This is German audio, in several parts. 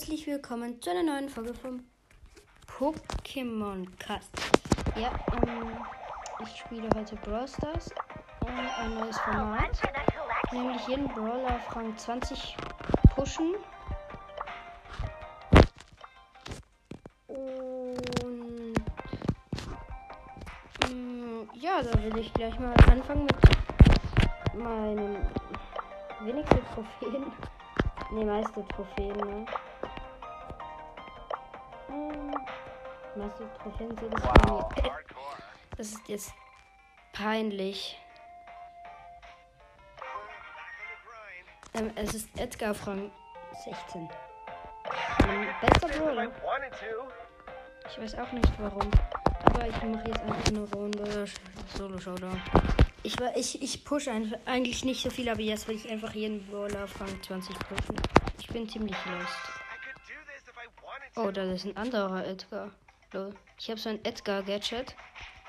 herzlich willkommen zu einer neuen Folge vom Pokémon Cast. Ja, ich spiele heute Brawl Stars, ein neues Format, nämlich jeden Brawler auf Rang 20 pushen. Und ja, da will ich gleich mal anfangen mit meinen wenigsten Trophäen. Ne, meiste Trophäen, ne? Meiste Trophäen sind es bei mir. Das ist jetzt peinlich. Es ist Edgar auf Rang 16. Bester Brawler. Ich weiß auch nicht warum. Aber ich mache jetzt einfach eine Runde Solo-Showdown. Ich pushe eigentlich nicht so viel, aber jetzt will ich einfach jeden Brawler auf Rang 20 pushen. Ich bin ziemlich lost. Oh, da ist ein anderer Edgar. Ich habe so ein Edgar-Gadget.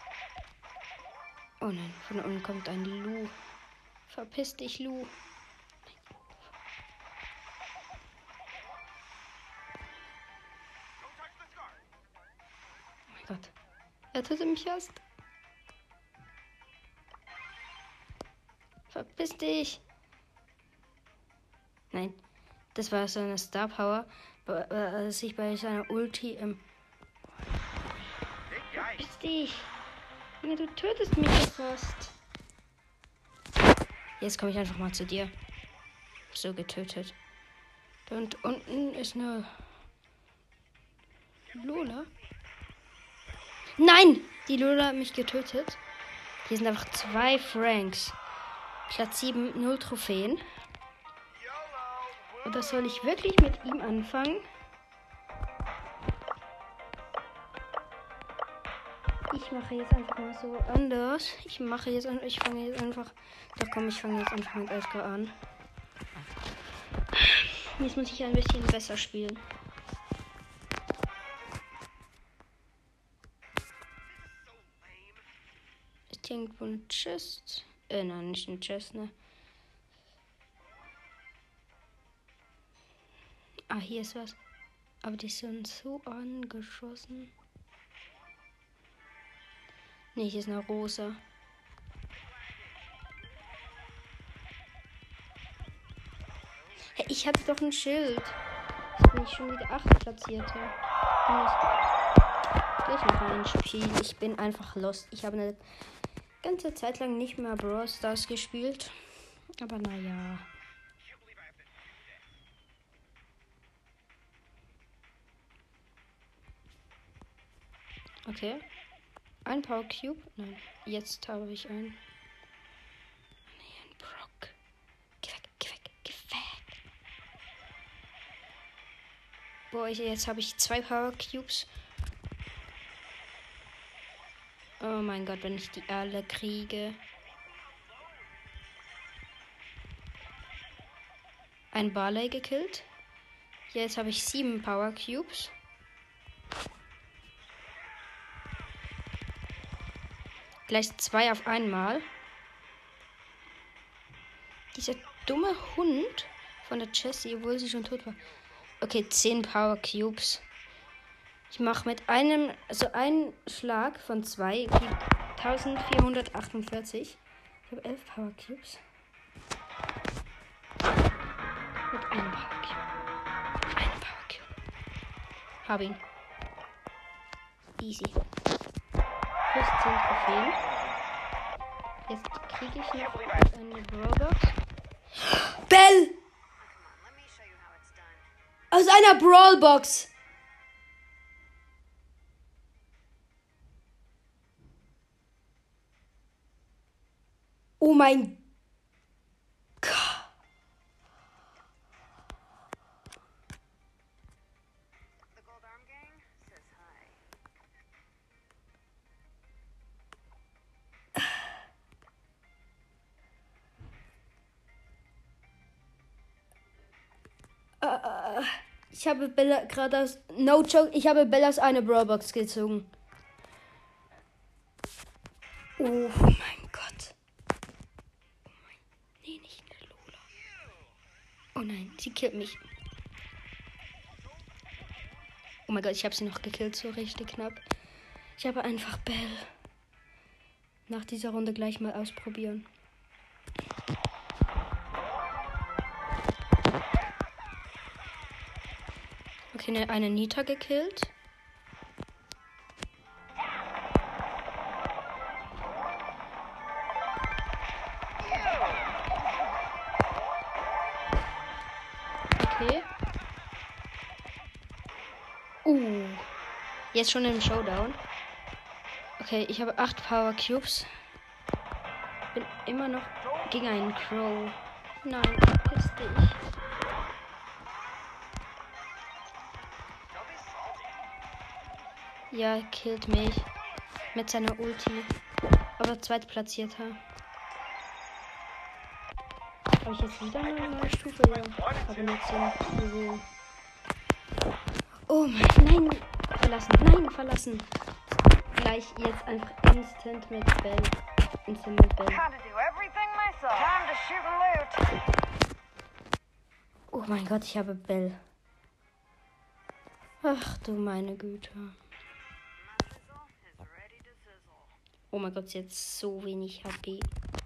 Oh nein, von unten kommt ein Lu. Verpiss dich, Lu. Oh mein Gott. Er tötet mich erst. Verpiss dich. Nein, das war so eine Star Power, als ich bei seiner Ulti Verpiss dich. Ja, du tötest mich ja fast. Jetzt komme ich einfach mal zu dir. So getötet. Und unten ist eine Lola. Nein! Die Lola hat mich getötet. Hier sind einfach 2 Franks. Platz 7, 0 Trophäen. Und das soll ich wirklich mit ihm anfangen? Ich mache jetzt einfach mal so anders. Ich fange jetzt einfach mit Edgar an. Jetzt muss ich ein bisschen besser spielen. Ist hier irgendwo ein Chest? Nein, nicht ein Chest, ne? Ah, hier ist was. Aber die sind so angeschossen. Ne, hier ist eine Rosa. Hey, ich hatte doch ein Schild. Jetzt bin ich schon wieder 8 Platzierte. Gleich noch ein Spiel. Ich bin einfach lost. Ich habe eine ganze Zeit lang nicht mehr Brawl Stars gespielt. Aber naja. Okay. Ein Power Cube? Nein. Jetzt habe ich einen. Nee, ein Brock. Geh weg, geh weg, geh weg. Boah, jetzt habe ich 2 Power Cubes. Oh mein Gott, wenn ich die alle kriege. Ein Barley gekillt. Jetzt habe ich 7 Power Cubes. Gleich 2 auf einmal. Dieser dumme Hund von der Jessie, obwohl sie schon tot war. Okay, 10 Power Cubes. Ich mache mit einen Schlag von 2 gibt 1448. Ich habe 11 Power Cubes. Mit einem Power Cube. Einem Power Cube. Hab ihn. Easy. Plus 10 Trophäen. Jetzt kriege ich noch eine Brawlbox. Bell! Aus einer Brawlbox! Oh mein Gott. Ich habe Bella gerade aus... No joke, ich habe Bella aus einer Brawlbox gezogen. Oh mein Gott. Nee, nicht eine Lola. Oh nein, sie killt mich. Oh mein Gott, ich habe sie noch gekillt, so richtig knapp. Ich habe einfach Bell. Nach dieser Runde gleich mal ausprobieren. Okay, eine Nita gekillt. Okay. Jetzt schon im Showdown. Okay, ich habe 8 Power Cubes. Bin immer noch gegen einen Crow. Nein, verpiss dich. Ja, killt mich. Mit seiner Ulti. Aber zweitplatzierter. Habe ich jetzt wieder eine neue Stufe? Ja. Aber nicht so. Oh mein, nein. Verlassen. Nein, verlassen. Gleich jetzt einfach instant mit Bell. Instant mit Bell. Oh mein Gott, ich habe Bell. Ach du meine Güte. Oh mein Gott, jetzt so wenig HP.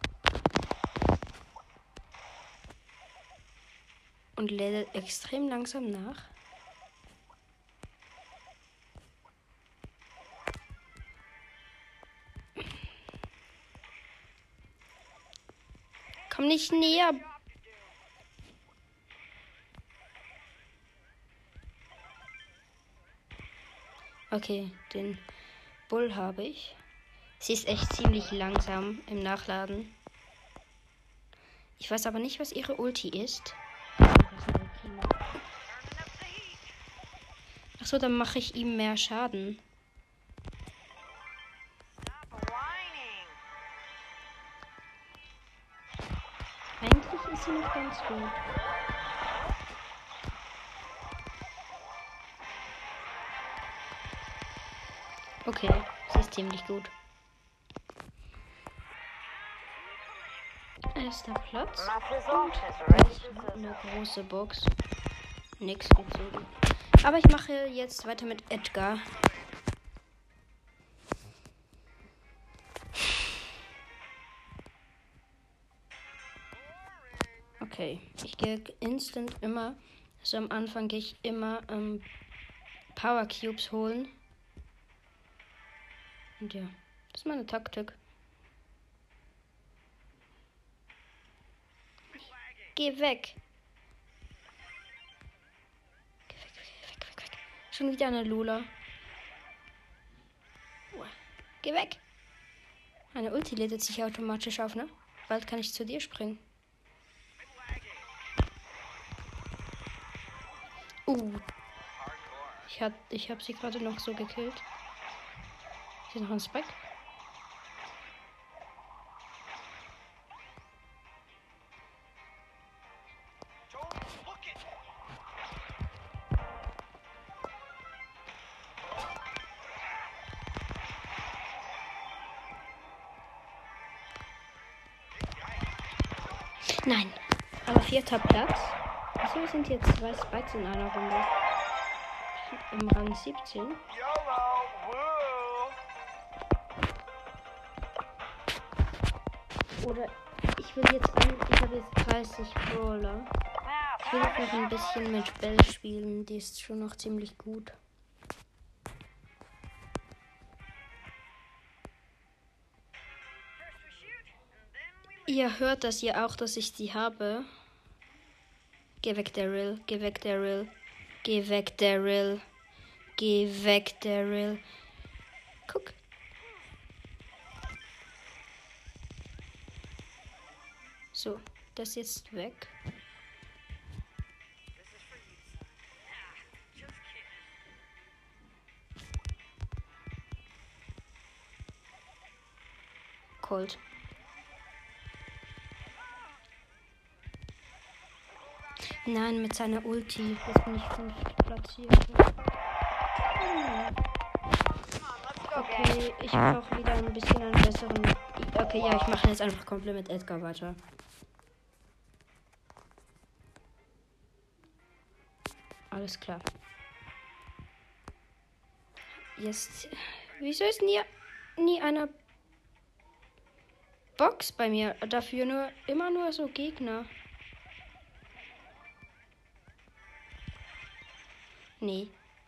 Und lädt extrem langsam nach. Komm nicht näher. Okay, den Bull habe ich. Sie ist echt ziemlich langsam im Nachladen. Ich weiß aber nicht, was ihre Ulti ist. Achso, dann mache ich ihm mehr Schaden. Eigentlich ist sie noch ganz gut. Okay, sie ist ziemlich gut. Erster Platz. Und eine große Box. Nix gezogen. Aber ich mache jetzt weiter mit Edgar. Okay, ich gehe instant immer. Also am Anfang gehe ich immer Power Cubes holen. Und ja, das ist meine Taktik. Geh weg. Geh weg. Schon wieder eine Lola. Geh weg. Meine Ulti lädt sich automatisch auf, ne? Bald kann ich zu dir springen. Ich hab sie gerade noch so gekillt. Ist hier noch ein Spike? Nein, aber 4. Platz. Wieso sind hier 2 Spikes in einer Runde? Im Rang 17. Oder ich habe jetzt 30 Brawler. Ich will noch ein bisschen mit Bell spielen, die ist schon noch ziemlich gut. Ihr hört das ja auch, dass ich sie habe. Geh weg, Daryl. Geh weg, Daryl. Geh weg, Daryl. Geh weg, Daryl. Guck. So, das ist jetzt weg. Cold. Nein, mit seiner Ulti. Jetzt bin ich 5 platziert. Okay, ich brauche wieder ein bisschen einen besseren. Okay, ja, ich mache jetzt einfach komplett mit Edgar weiter. Alles klar. Jetzt. Wieso ist nie eine Box bei mir? Dafür immer nur so Gegner. Nee.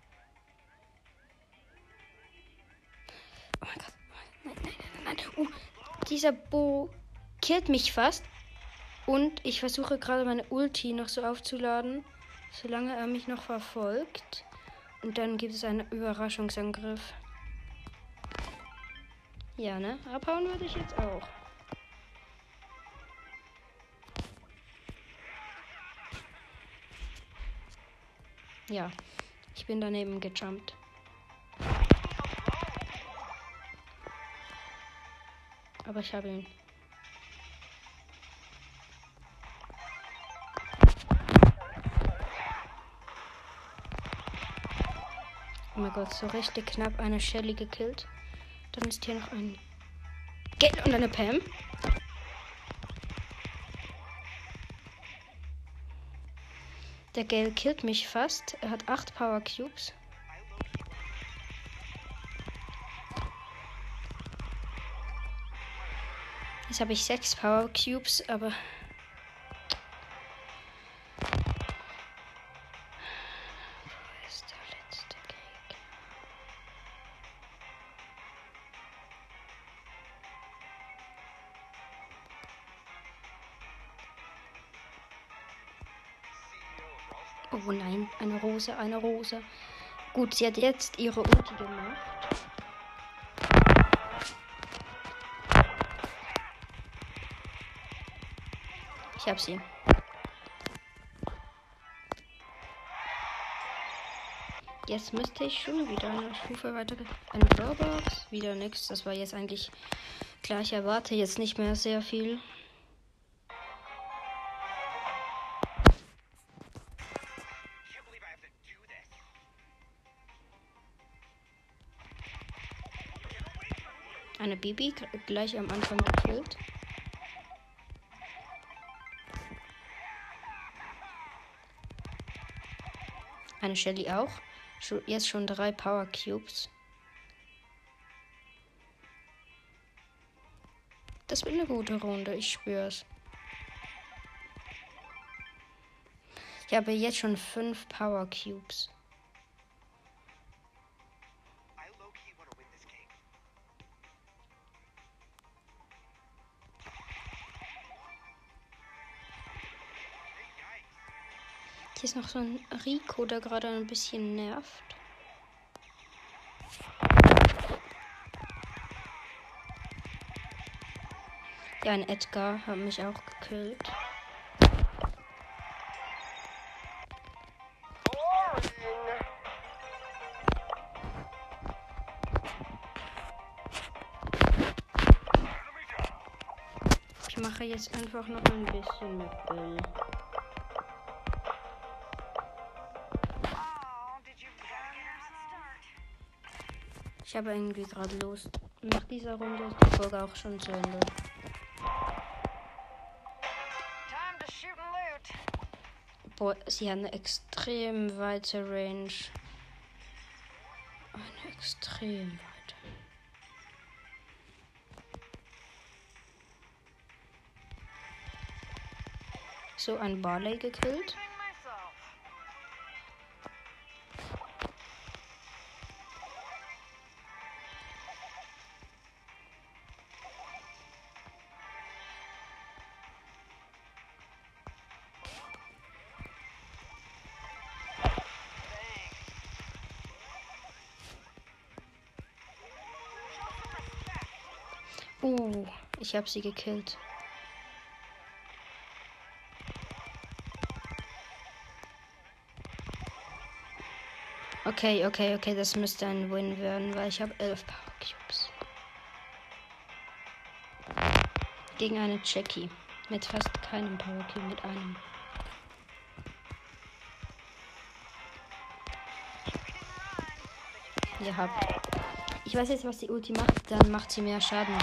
Oh mein Gott. Nein. Dieser Bo killt mich fast. Und ich versuche gerade meine Ulti noch so aufzuladen, solange er mich noch verfolgt. Und dann gibt es einen Überraschungsangriff. Ja, ne? Abhauen würde ich jetzt auch. Ja, ich bin daneben gejumpt. Aber ich habe ihn. Oh mein Gott, so richtig knapp eine Shelly gekillt. Dann ist hier noch ein Gale und eine Pam. Der Gale killt mich fast. Er hat 8 Power Cubes. Jetzt habe ich 6 Power Cubes, aber wo ist der letzte Gegner? Oh nein, eine Rose. Gut, sie hat jetzt ihre Ulti gemacht. Ich hab sie. Jetzt müsste ich schon wieder eine Stufe weiter. Eine Brawlbox. Wieder nichts. Das war jetzt eigentlich klar. Ich erwarte jetzt nicht mehr sehr viel. Eine Bibi gleich am Anfang gekillt. Eine Shelly auch. Jetzt schon 3 Power Cubes. Das wird eine gute Runde, ich spür's. Ich habe jetzt schon 5 Power Cubes. Hier ist noch so ein Rico, der gerade ein bisschen nervt. Ja, ein Edgar hat mich auch gekillt. Ich mache jetzt einfach noch ein bisschen mit Bill. Ich habe irgendwie gerade Lust. Nach dieser Runde ist die Folge auch schon zu Ende. Boah, sie hat eine extrem weite Range. Eine extrem weite. So, ein Barley gekillt. Ich habe sie gekillt. Okay, das müsste ein Win werden, weil ich habe 11 Power Cubes. Gegen eine Jackie. Mit fast keinem Power Cube, mit einem. Ihr habt. Ich weiß jetzt, was die Ulti macht, dann macht sie mehr Schaden.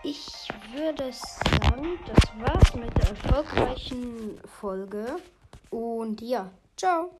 ich würde sagen, das war's mit der erfolgreichen Folge. Und ja, ciao.